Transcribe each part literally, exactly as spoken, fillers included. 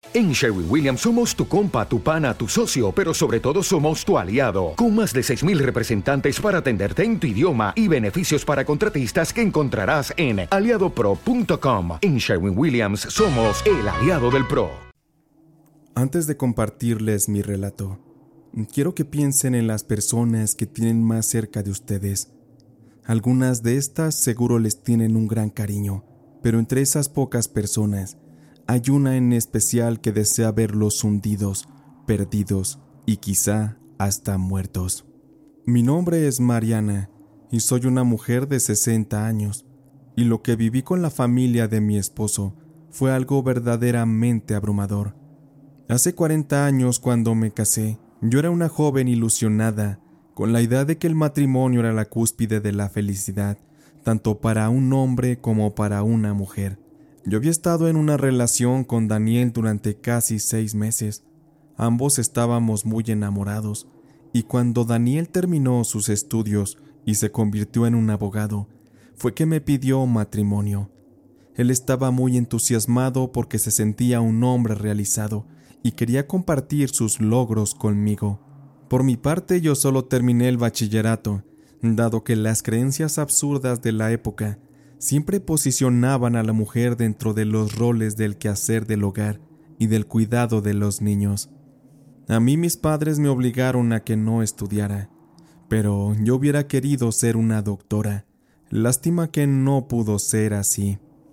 En Sherwin-Williams somos tu compa, tu pana, tu socio, pero sobre todo somos tu aliado, con más de seis mil representantes para atenderte en tu idioma y beneficios para contratistas que encontrarás en aliado pro punto com. En Sherwin-Williams somos el aliado del pro. Antes de compartirles mi relato, quiero que piensen en las personas que tienen más cerca de ustedes. Algunas de estas seguro les tienen un gran cariño, pero entre esas pocas personas, hay una en especial que desea verlos hundidos, perdidos y quizá hasta muertos. Mi nombre es Mariana y soy una mujer de sesenta años, y lo que viví con la familia de mi esposo fue algo verdaderamente abrumador. Hace cuarenta años, cuando me casé, yo era una joven ilusionada, con la idea de que el matrimonio era la cúspide de la felicidad, tanto para un hombre como para una mujer. Yo había estado en una relación con Daniel durante casi seis meses. Ambos estábamos muy enamorados, y cuando Daniel terminó sus estudios y se convirtió en un abogado, fue que me pidió matrimonio. Él estaba muy entusiasmado porque se sentía un hombre realizado y quería compartir sus logros conmigo. Por mi parte, yo solo terminé el bachillerato, dado que las creencias absurdas de la época siempre posicionaban a la mujer dentro de los roles del quehacer del hogar y del cuidado de los niños. A mí mis padres me obligaron a que no estudiara, pero yo hubiera querido ser una doctora. Lástima que no pudo ser así.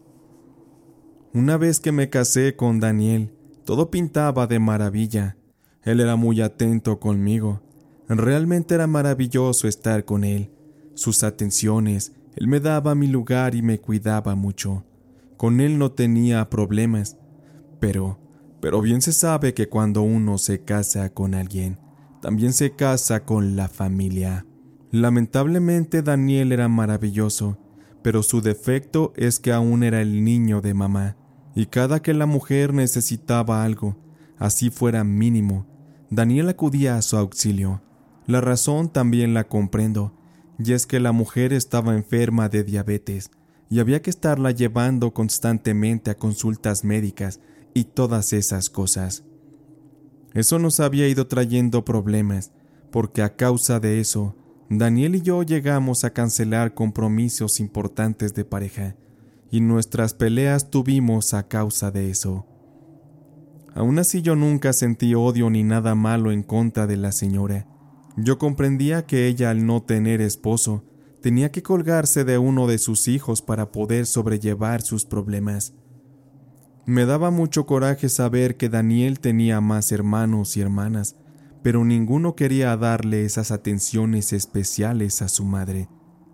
Una vez que me casé con Daniel, todo pintaba de maravilla. Él era muy atento conmigo. Realmente era maravilloso estar con él. Sus atenciones, él me daba mi lugar y me cuidaba mucho. Con él no tenía problemas. Pero, pero bien se sabe que cuando uno se casa con alguien, también se casa con la familia. Lamentablemente Daniel era maravilloso, pero su defecto es que aún era el niño de mamá. Y cada que la mujer necesitaba algo, así fuera mínimo, Daniel acudía a su auxilio. La razón también la comprendo, y es que la mujer estaba enferma de diabetes y había que estarla llevando constantemente a consultas médicas y todas esas cosas. Eso nos había ido trayendo problemas, porque a causa de eso, Daniel y yo llegamos a cancelar compromisos importantes de pareja, y nuestras peleas tuvimos a causa de eso. Aún así, yo nunca sentí odio ni nada malo en contra de la señora. Yo comprendía que ella, al no tener esposo, tenía que colgarse de uno de sus hijos para poder sobrellevar sus problemas. Me daba mucho coraje saber que Daniel tenía más hermanos y hermanas, pero ninguno quería darle esas atenciones especiales a su madre.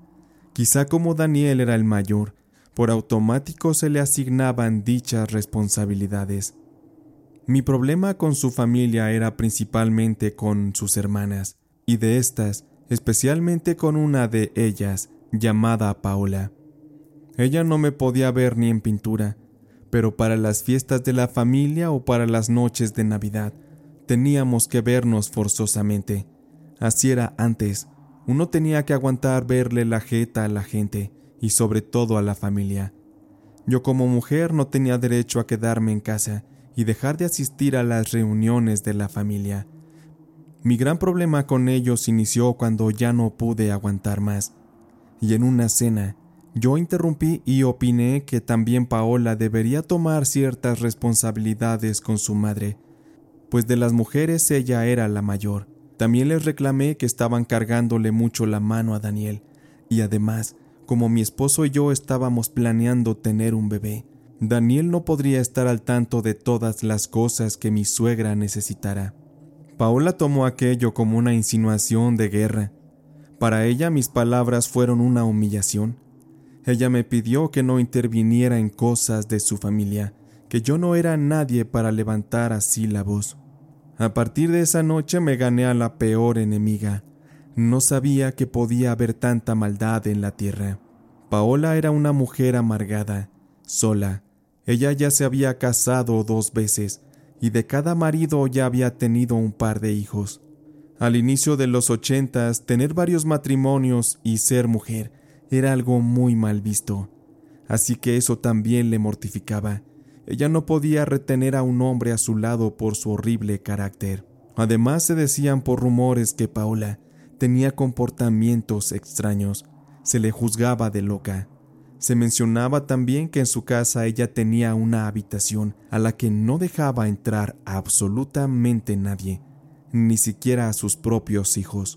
Quizá como Daniel era el mayor, por automático se le asignaban dichas responsabilidades. Mi problema con su familia era principalmente con sus hermanas, y de estas, especialmente con una de ellas, llamada Paola. Ella no me podía ver ni en pintura, pero para las fiestas de la familia o para las noches de Navidad, teníamos que vernos forzosamente. Así era antes. Uno tenía que aguantar verle la jeta a la gente, y sobre todo a la familia. Yo como mujer no tenía derecho a quedarme en casa y dejar de asistir a las reuniones de la familia. Mi gran problema con ellos inició cuando ya no pude aguantar más, y en una cena, yo interrumpí y opiné que también Paola debería tomar ciertas responsabilidades con su madre, pues de las mujeres ella era la mayor. También les reclamé que estaban cargándole mucho la mano a Daniel, y además, como mi esposo y yo estábamos planeando tener un bebé, Daniel no podría estar al tanto de todas las cosas que mi suegra necesitara. Paola tomó aquello como una insinuación de guerra. Para ella mis palabras fueron una humillación. Ella me pidió que no interviniera en cosas de su familia, que yo no era nadie para levantar así la voz. A partir de esa noche me gané a la peor enemiga. No sabía que podía haber tanta maldad en la tierra. Paola era una mujer amargada, sola. Ella ya se había casado dos veces, y de cada marido ya había tenido un par de hijos. Al inicio de los ochentas, tener varios matrimonios y ser mujer era algo muy mal visto, así que eso también le mortificaba, ella no podía retener a un hombre a su lado por su horrible carácter. Además, se decían por rumores que Paola tenía comportamientos extraños. Se le juzgaba de loca. Se mencionaba también que en su casa ella tenía una habitación a la que no dejaba entrar a absolutamente nadie, ni siquiera a sus propios hijos.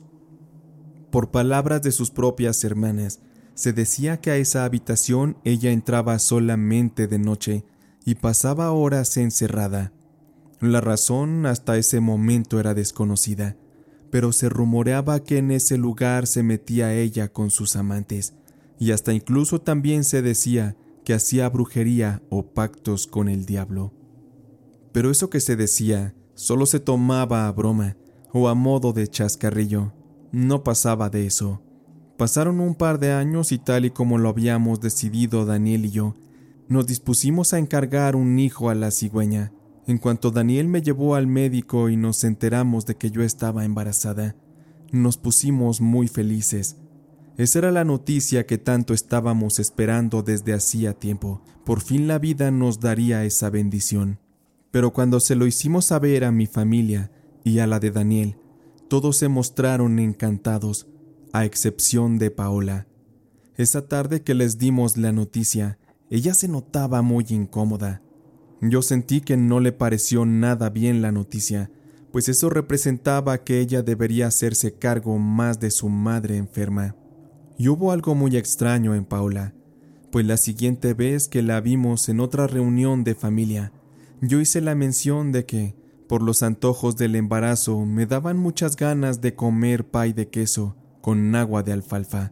Por palabras de sus propias hermanas, se decía que a esa habitación ella entraba solamente de noche y pasaba horas encerrada. La razón hasta ese momento era desconocida, pero se rumoreaba que en ese lugar se metía ella con sus amantes, y hasta incluso también se decía que hacía brujería o pactos con el diablo. Pero eso que se decía solo se tomaba a broma o a modo de chascarrillo. No pasaba de eso. Pasaron un par de años y tal y como lo habíamos decidido Daniel y yo, nos dispusimos a encargar un hijo a la cigüeña. En cuanto Daniel me llevó al médico y nos enteramos de que yo estaba embarazada, nos pusimos muy felices. Esa era la noticia que tanto estábamos esperando desde hacía tiempo. Por fin la vida nos daría esa bendición. Pero cuando se lo hicimos saber a mi familia y a la de Daniel, todos se mostraron encantados, a excepción de Paola. Esa tarde que les dimos la noticia, ella se notaba muy incómoda. Yo sentí que no le pareció nada bien la noticia, pues eso representaba que ella debería hacerse cargo más de su madre enferma. Y hubo algo muy extraño en Paola, pues la siguiente vez que la vimos en otra reunión de familia, yo hice la mención de que, por los antojos del embarazo, me daban muchas ganas de comer pay de queso con agua de alfalfa.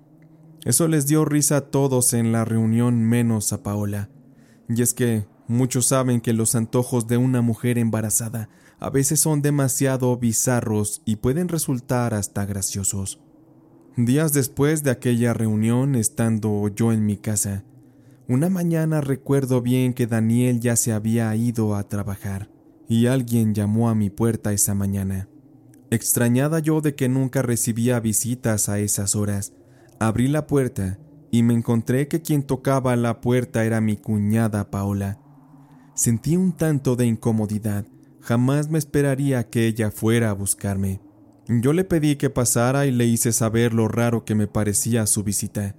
Eso les dio risa a todos en la reunión menos a Paola, y es que muchos saben que los antojos de una mujer embarazada a veces son demasiado bizarros y pueden resultar hasta graciosos. Días después de aquella reunión, estando yo en mi casa, una mañana recuerdo bien que Daniel ya se había ido a trabajar y alguien llamó a mi puerta esa mañana. Extrañada yo de que nunca recibía visitas a esas horas, abrí la puerta y me encontré que quien tocaba la puerta era mi cuñada Paola. Sentí un tanto de incomodidad. Jamás me esperaría que ella fuera a buscarme. Yo le pedí que pasara y le hice saber lo raro que me parecía su visita.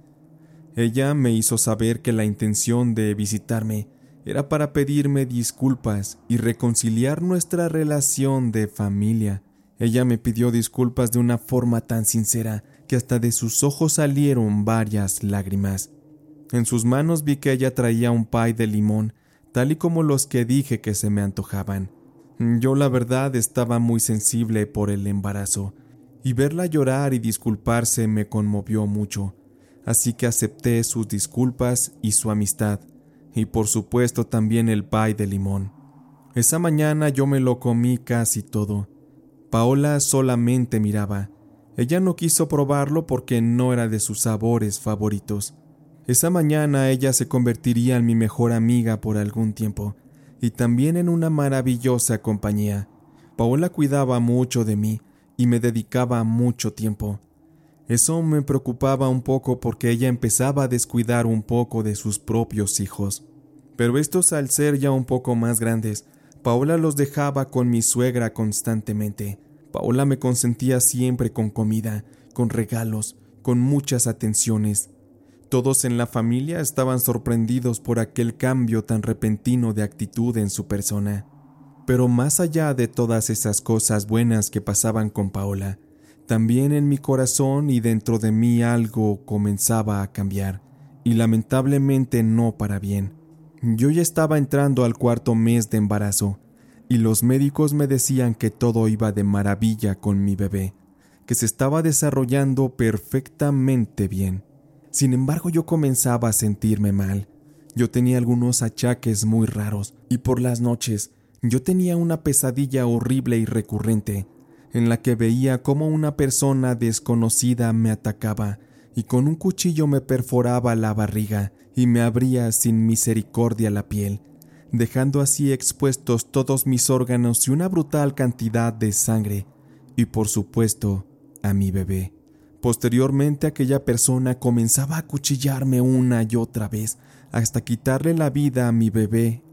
Ella me hizo saber que la intención de visitarme era para pedirme disculpas y reconciliar nuestra relación de familia. Ella me pidió disculpas de una forma tan sincera que hasta de sus ojos salieron varias lágrimas. En sus manos vi que ella traía un pay de limón, tal y como los que dije que se me antojaban. Yo la verdad estaba muy sensible por el embarazo, y verla llorar y disculparse me conmovió mucho, así que acepté sus disculpas y su amistad, y por supuesto también el pay de limón. Esa mañana yo me lo comí casi todo. Paola solamente miraba. Ella no quiso probarlo porque no era de sus sabores favoritos. Esa mañana ella se convertiría en mi mejor amiga por algún tiempo, y también en una maravillosa compañía. Paola cuidaba mucho de mí y me dedicaba mucho tiempo. Eso me preocupaba un poco porque ella empezaba a descuidar un poco de sus propios hijos. Pero estos, al ser ya un poco más grandes, Paola los dejaba con mi suegra constantemente. Paola me consentía siempre con comida, con regalos, con muchas atenciones. Todos en la familia estaban sorprendidos por aquel cambio tan repentino de actitud en su persona. Pero más allá de todas esas cosas buenas que pasaban con Paola, también en mi corazón y dentro de mí algo comenzaba a cambiar, y lamentablemente no para bien. Yo ya estaba entrando al cuarto mes de embarazo, y los médicos me decían que todo iba de maravilla con mi bebé, que se estaba desarrollando perfectamente bien. Sin embargo, yo comenzaba a sentirme mal. Yo tenía algunos achaques muy raros, y por las noches yo tenía una pesadilla horrible y recurrente, en la que veía cómo una persona desconocida me atacaba y con un cuchillo me perforaba la barriga y me abría sin misericordia la piel, dejando así expuestos todos mis órganos y una brutal cantidad de sangre, y por supuesto, a mi bebé. Posteriormente, aquella persona comenzaba a acuchillarme una y otra vez hasta quitarle la vida a mi bebé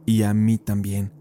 y a mí también.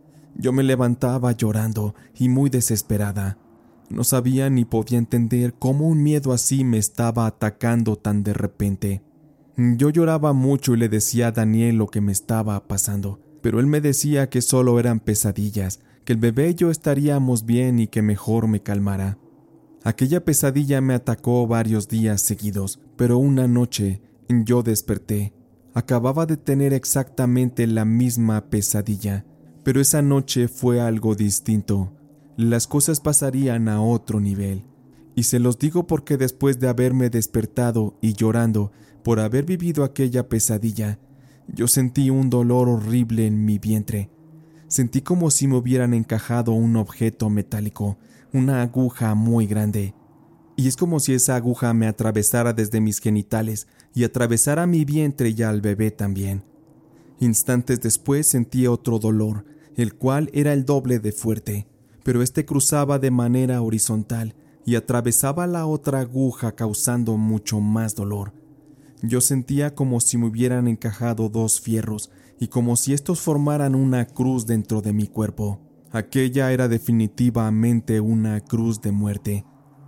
Yo me levantaba llorando y muy desesperada. No sabía ni podía entender cómo un miedo así me estaba atacando tan de repente. Yo lloraba mucho y le decía a Daniel lo que me estaba pasando, pero él me decía que solo eran pesadillas, que el bebé y yo estaríamos bien y que mejor me calmara. Aquella pesadilla me atacó varios días seguidos, pero una noche yo desperté. Acababa de tener exactamente la misma pesadilla, pero esa noche fue algo distinto. Las cosas pasarían a otro nivel. Y se los digo porque después de haberme despertado y llorando por haber vivido aquella pesadilla, yo sentí un dolor horrible en mi vientre. Sentí como si me hubieran encajado un objeto metálico, una aguja muy grande. Y es como si esa aguja me atravesara desde mis genitales y atravesara mi vientre y al bebé también. Instantes después sentí otro dolor, el cual era el doble de fuerte, pero este cruzaba de manera horizontal y atravesaba la otra aguja causando mucho más dolor. Yo sentía como si me hubieran encajado dos fierros y como si estos formaran una cruz dentro de mi cuerpo. Aquella era definitivamente una cruz de muerte.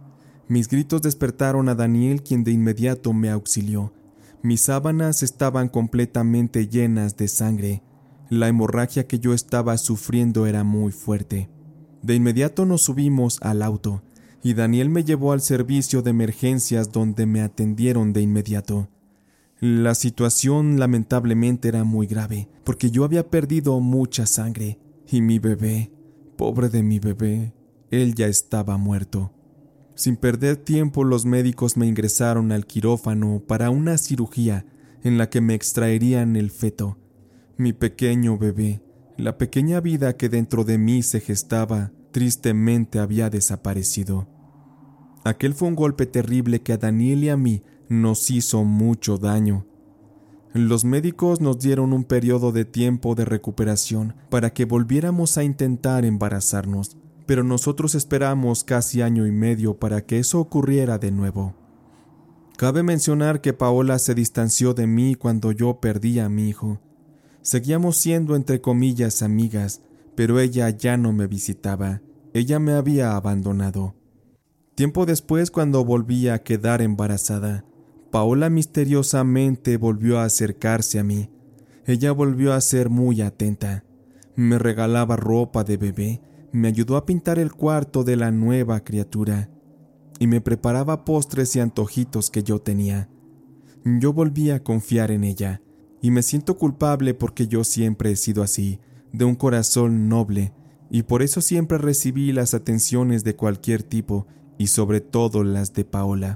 Mis gritos despertaron a Daniel, quien de inmediato me auxilió. Mis sábanas estaban completamente llenas de sangre. La hemorragia que yo estaba sufriendo era muy fuerte. De inmediato nos subimos al auto y Daniel me llevó al servicio de emergencias donde me atendieron de inmediato. La situación lamentablemente era muy grave porque yo había perdido mucha sangre y mi bebé, pobre de mi bebé, él ya estaba muerto. Sin perder tiempo, los médicos me ingresaron al quirófano para una cirugía en la que me extraerían el feto. Mi pequeño bebé, la pequeña vida que dentro de mí se gestaba, tristemente había desaparecido. Aquel fue un golpe terrible que a Daniel y a mí nos hizo mucho daño. Los médicos nos dieron un periodo de tiempo de recuperación para que volviéramos a intentar embarazarnos, pero nosotros esperamos casi año y medio para que eso ocurriera de nuevo. Cabe mencionar que Paola se distanció de mí cuando yo perdí a mi hijo. Seguíamos siendo entre comillas amigas, pero ella ya no me visitaba. Ella me había abandonado. Tiempo después, cuando volví a quedar embarazada, Paola misteriosamente volvió a acercarse a mí. Ella volvió a ser muy atenta. Me regalaba ropa de bebé, me ayudó a pintar el cuarto de la nueva criatura y me preparaba postres y antojitos que yo tenía. Yo volví a confiar en ella y me siento culpable porque yo siempre he sido así, de un corazón noble, y por eso siempre recibí las atenciones de cualquier tipo y sobre todo las de Paola.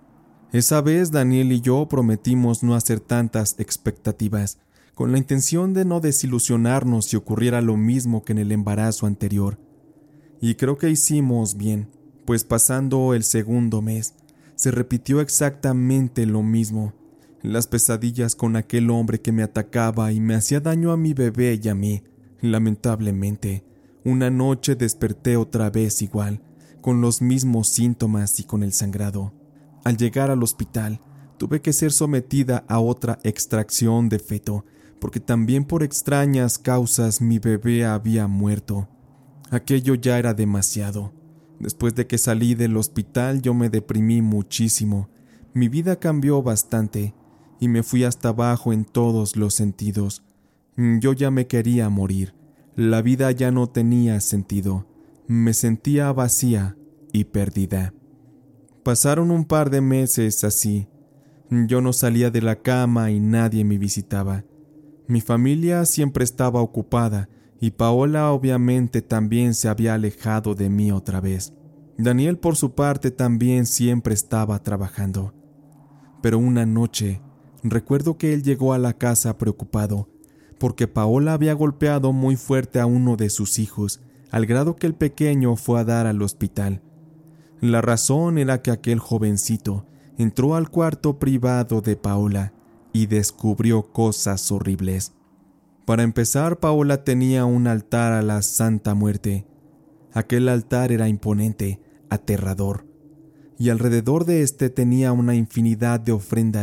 Esa vez Daniel y yo prometimos no hacer tantas expectativas, con la intención de no desilusionarnos si ocurriera lo mismo que en el embarazo anterior. Y creo que hicimos bien, pues pasando el segundo mes, se repitió exactamente lo mismo. Las pesadillas con aquel hombre que me atacaba y me hacía daño a mi bebé y a mí. Lamentablemente, una noche desperté otra vez igual, con los mismos síntomas y con el sangrado. Al llegar al hospital, tuve que ser sometida a otra extracción de feto, porque también por extrañas causas mi bebé había muerto. Aquello ya era demasiado. Después de que salí del hospital yo me deprimí muchísimo. Mi vida cambió bastante y me fui hasta abajo en todos los sentidos. Yo ya me quería morir. La vida ya no tenía sentido. Me sentía vacía y perdida. Pasaron un par de meses así. Yo no salía de la cama y nadie me visitaba. Mi familia siempre estaba ocupada y Paola obviamente también se había alejado de mí otra vez. Daniel por su parte también siempre estaba trabajando. Pero una noche, recuerdo que él llegó a la casa preocupado, porque Paola había golpeado muy fuerte a uno de sus hijos, al grado que el pequeño fue a dar al hospital. La razón era que aquel jovencito entró al cuarto privado de Paola y descubrió cosas horribles. Para empezar, Paola tenía un altar a la Santa Muerte. Aquel altar era imponente, aterrador, y alrededor de este tenía una infinidad de ofrendas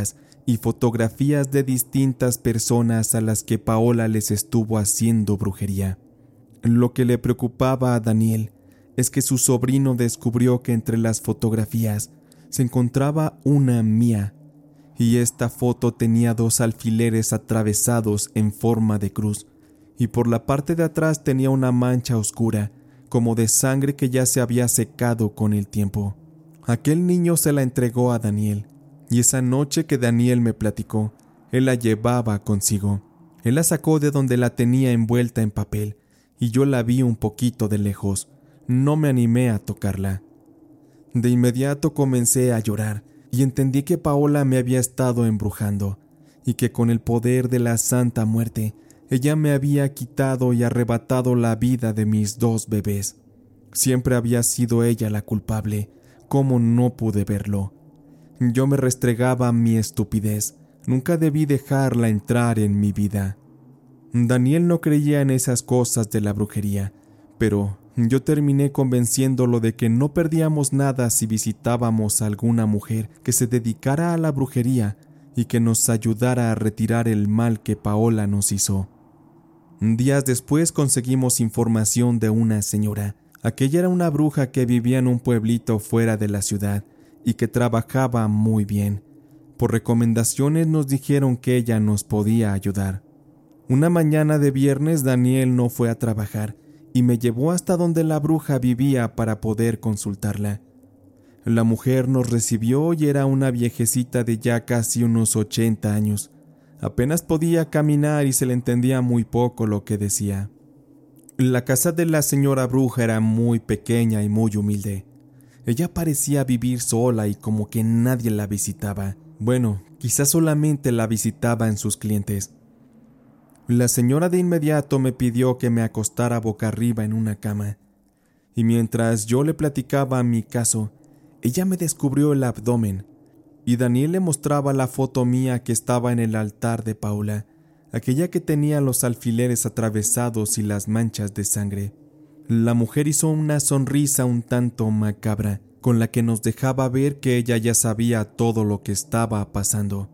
y fotografías de distintas personas a las que Paola les estuvo haciendo brujería. Lo que le preocupaba a Daniel es que su sobrino descubrió que entre las fotografías se encontraba una mía, y esta foto tenía dos alfileres atravesados en forma de cruz, y por la parte de atrás tenía una mancha oscura, como de sangre que ya se había secado con el tiempo. Aquel niño se la entregó a Daniel, y esa noche que Daniel me platicó, él la llevaba consigo. Él la sacó de donde la tenía envuelta en papel, y yo la vi un poquito de lejos. No me animé a tocarla. De inmediato comencé a llorar, y entendí que Paola me había estado embrujando, y que con el poder de la Santa Muerte, ella me había quitado y arrebatado la vida de mis dos bebés. Siempre había sido ella la culpable. ¿Cómo no pude verlo? Yo me restregaba mi estupidez. Nunca debí dejarla entrar en mi vida. Daniel no creía en esas cosas de la brujería, pero yo terminé convenciéndolo de que no perdíamos nada si visitábamos a alguna mujer que se dedicara a la brujería y que nos ayudara a retirar el mal que Paola nos hizo. Días después conseguimos información de una señora. Aquella era una bruja que vivía en un pueblito fuera de la ciudad y que trabajaba muy bien. Por recomendaciones nos dijeron que ella nos podía ayudar. Una mañana de viernes Daniel no fue a trabajar y me llevó hasta donde la bruja vivía para poder consultarla. La mujer nos recibió y era una viejecita de ya casi unos ochenta años. Apenas podía caminar y se le entendía muy poco lo que decía. La casa de la señora bruja era muy pequeña y muy humilde. Ella parecía vivir sola y como que nadie la visitaba. Bueno, quizás solamente la visitaban sus clientes. La señora de inmediato me pidió que me acostara boca arriba en una cama. Y mientras yo le platicaba mi caso, ella me descubrió el abdomen. Y Daniel le mostraba la foto mía que estaba en el altar de Paola, aquella que tenía los alfileres atravesados y las manchas de sangre. La mujer hizo una sonrisa un tanto macabra, con la que nos dejaba ver que ella ya sabía todo lo que estaba pasando.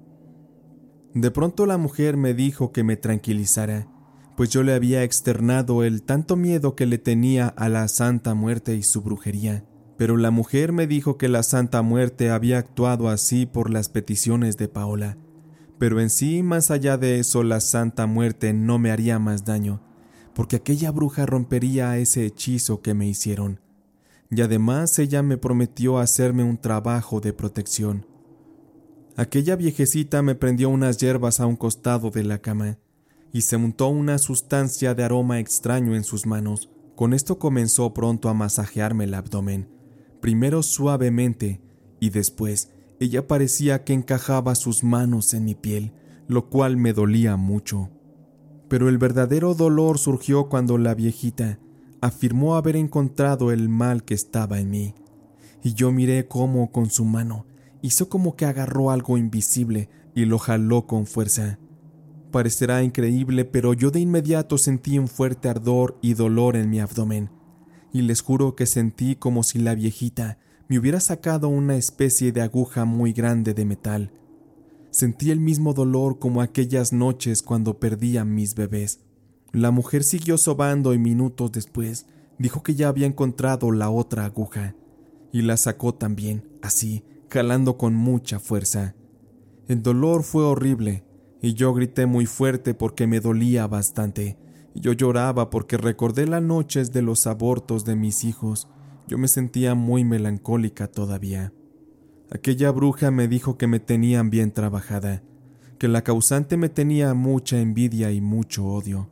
De pronto la mujer me dijo que me tranquilizara, pues yo le había externado el tanto miedo que le tenía a la Santa Muerte y su brujería. Pero la mujer me dijo que la Santa Muerte había actuado así por las peticiones de Paola. Pero en sí, más allá de eso, la Santa Muerte no me haría más daño, porque aquella bruja rompería ese hechizo que me hicieron. Y además ella me prometió hacerme un trabajo de protección. Aquella viejecita me prendió unas hierbas a un costado de la cama, y se untó una sustancia de aroma extraño en sus manos. Con esto comenzó pronto a masajearme el abdomen, primero suavemente, y después ella parecía que encajaba sus manos en mi piel, lo cual me dolía mucho. Pero el verdadero dolor surgió cuando la viejita afirmó haber encontrado el mal que estaba en mí, y yo miré cómo con su mano hizo como que agarró algo invisible y lo jaló con fuerza. Parecerá increíble, pero yo de inmediato sentí un fuerte ardor y dolor en mi abdomen, y les juro que sentí como si la viejita me hubiera sacado una especie de aguja muy grande de metal. Sentí el mismo dolor como aquellas noches cuando perdí a mis bebés. La mujer siguió sobando y minutos después dijo que ya había encontrado la otra aguja, y la sacó también, así, jalando con mucha fuerza. El dolor fue horrible, y yo grité muy fuerte porque me dolía bastante. Yo lloraba porque recordé las noches de los abortos de mis hijos. Yo me sentía muy melancólica todavía. Aquella bruja me dijo que me tenían bien trabajada, que la causante me tenía mucha envidia y mucho odio.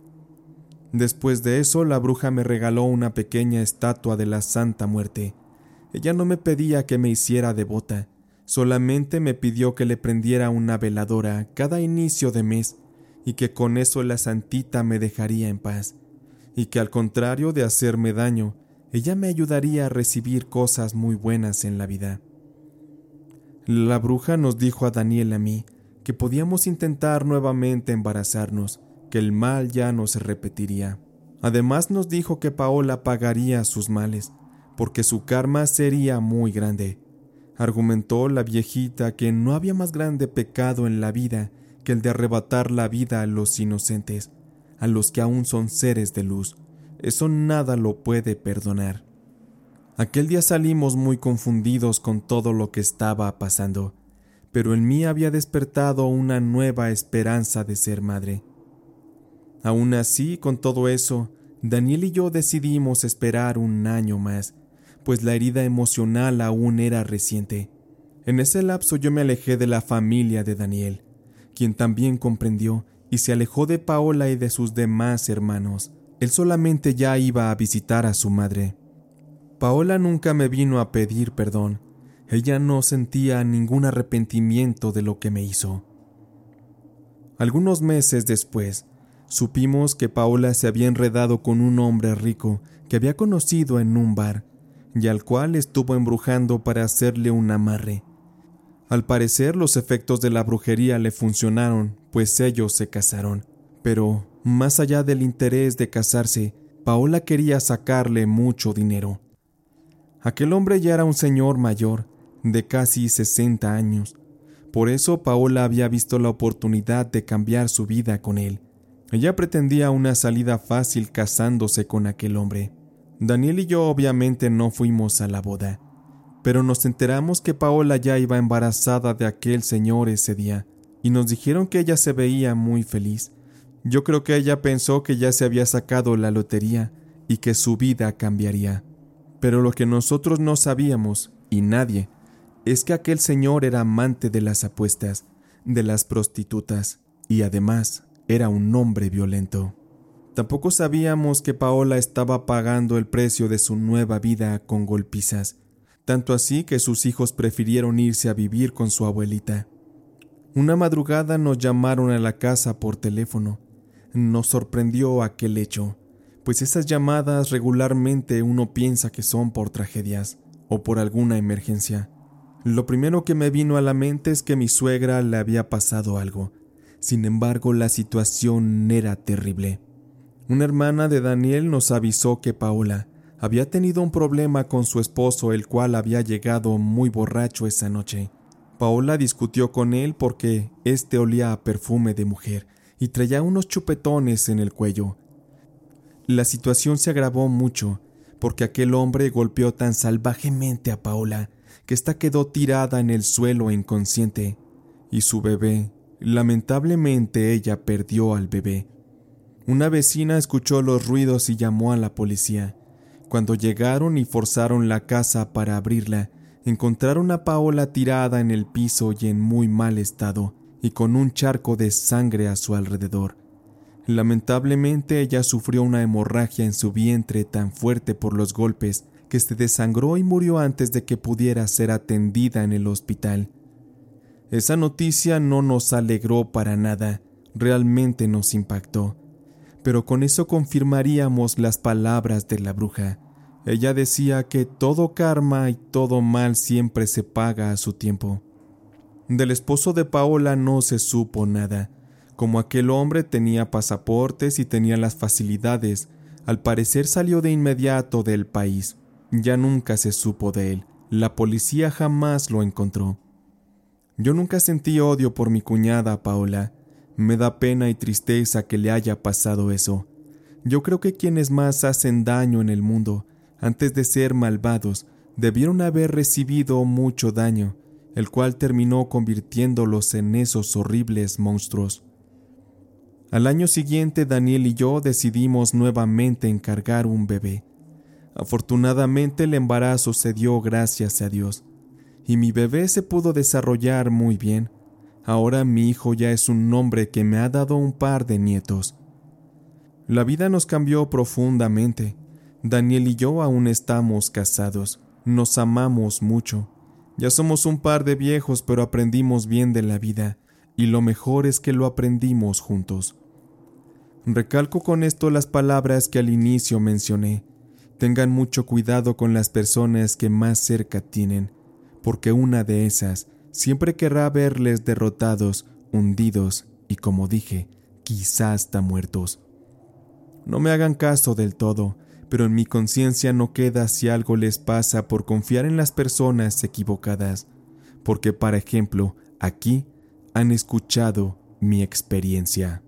Después de eso, la bruja me regaló una pequeña estatua de la Santa Muerte. Ella no me pedía que me hiciera devota, solamente me pidió que le prendiera una veladora cada inicio de mes, y que con eso la santita me dejaría en paz, y que al contrario de hacerme daño, ella me ayudaría a recibir cosas muy buenas en la vida. La bruja nos dijo a Daniel y a mí que podíamos intentar nuevamente embarazarnos, que el mal ya no se repetiría. Además nos dijo que Paola pagaría sus males, porque su karma sería muy grande. argumentó la viejita que no había más grande pecado en la vida que el de arrebatar la vida a los inocentes, a los que aún son seres de luz. Eso nada lo puede perdonar. Aquel día salimos muy confundidos con todo lo que estaba pasando, pero en mí había despertado una nueva esperanza de ser madre. Aún así, con todo eso, Daniel y yo decidimos esperar un año más, pues la herida emocional aún era reciente. En ese lapso yo me alejé de la familia de Daniel, quien también comprendió y se alejó de Paola y de sus demás hermanos. Él solamente ya iba a visitar a su madre. Paola nunca me vino a pedir perdón. Ella no sentía ningún arrepentimiento de lo que me hizo. Algunos meses después, supimos que Paola se había enredado con un hombre rico que había conocido en un bar, y al cual estuvo embrujando para hacerle un amarre. Al parecer, los efectos de la brujería le funcionaron, pues ellos se casaron. Pero, más allá del interés de casarse, Paola quería sacarle mucho dinero. Aquel hombre ya era un señor mayor, de casi sesenta años. Por eso Paola había visto la oportunidad de cambiar su vida con él. Ella pretendía una salida fácil casándose con aquel hombre. Daniel y yo obviamente no fuimos a la boda, pero nos enteramos que Paola ya iba embarazada de aquel señor ese día, y nos dijeron que ella se veía muy feliz. Yo creo que ella pensó que ya se había sacado la lotería y que su vida cambiaría. Pero lo que nosotros no sabíamos, y nadie, es que aquel señor era amante de las apuestas, de las prostitutas, y además era un hombre violento. Tampoco sabíamos que Paola estaba pagando el precio de su nueva vida con golpizas, tanto así que sus hijos prefirieron irse a vivir con su abuelita. Una madrugada nos llamaron a la casa por teléfono. Nos sorprendió aquel hecho, pues esas llamadas regularmente uno piensa que son por tragedias o por alguna emergencia. Lo primero que me vino a la mente es que mi suegra le había pasado algo. Sin embargo, la situación era terrible. Una hermana de Daniel nos avisó que Paola había tenido un problema con su esposo, el cual había llegado muy borracho esa noche. Paola discutió con él porque éste olía a perfume de mujer y traía unos chupetones en el cuello. La situación se agravó mucho porque aquel hombre golpeó tan salvajemente a Paola que ésta quedó tirada en el suelo inconsciente, y su bebé, lamentablemente ella perdió al bebé. Una vecina escuchó los ruidos y llamó a la policía. Cuando llegaron y forzaron la casa para abrirla, encontraron a Paola tirada en el piso y en muy mal estado, y con un charco de sangre a su alrededor. Lamentablemente ella sufrió una hemorragia en su vientre tan fuerte por los golpes que se desangró y murió antes de que pudiera ser atendida en el hospital. Esa noticia no nos alegró para nada, realmente nos impactó. Pero con eso confirmaríamos las palabras de la bruja. Ella decía que todo karma y todo mal siempre se paga a su tiempo. Del esposo de Paola no se supo nada. Como aquel hombre tenía pasaportes y tenía las facilidades, al parecer salió de inmediato del país. Ya nunca se supo de él. La policía jamás lo encontró. Yo nunca sentí odio por mi cuñada Paola. Me da pena y tristeza que le haya pasado eso. Yo creo que quienes más hacen daño en el mundo, antes de ser malvados, debieron haber recibido mucho daño, el cual terminó convirtiéndolos en esos horribles monstruos. Al año siguiente, Daniel y yo decidimos nuevamente encargar un bebé. Afortunadamente, el embarazo se dio gracias a Dios, y mi bebé se pudo desarrollar muy bien. Ahora mi hijo ya es un hombre que me ha dado un par de nietos. La vida nos cambió profundamente. Daniel y yo aún estamos casados. Nos amamos mucho. Ya somos un par de viejos, pero aprendimos bien de la vida, y lo mejor es que lo aprendimos juntos. Recalco con esto las palabras que al inicio mencioné. Tengan mucho cuidado con las personas que más cerca tienen, porque una de esas siempre querrá verles derrotados, hundidos y, como dije, quizás hasta muertos. No me hagan caso del todo, pero en mi conciencia no queda si algo les pasa por confiar en las personas equivocadas, porque, por ejemplo, aquí han escuchado mi experiencia.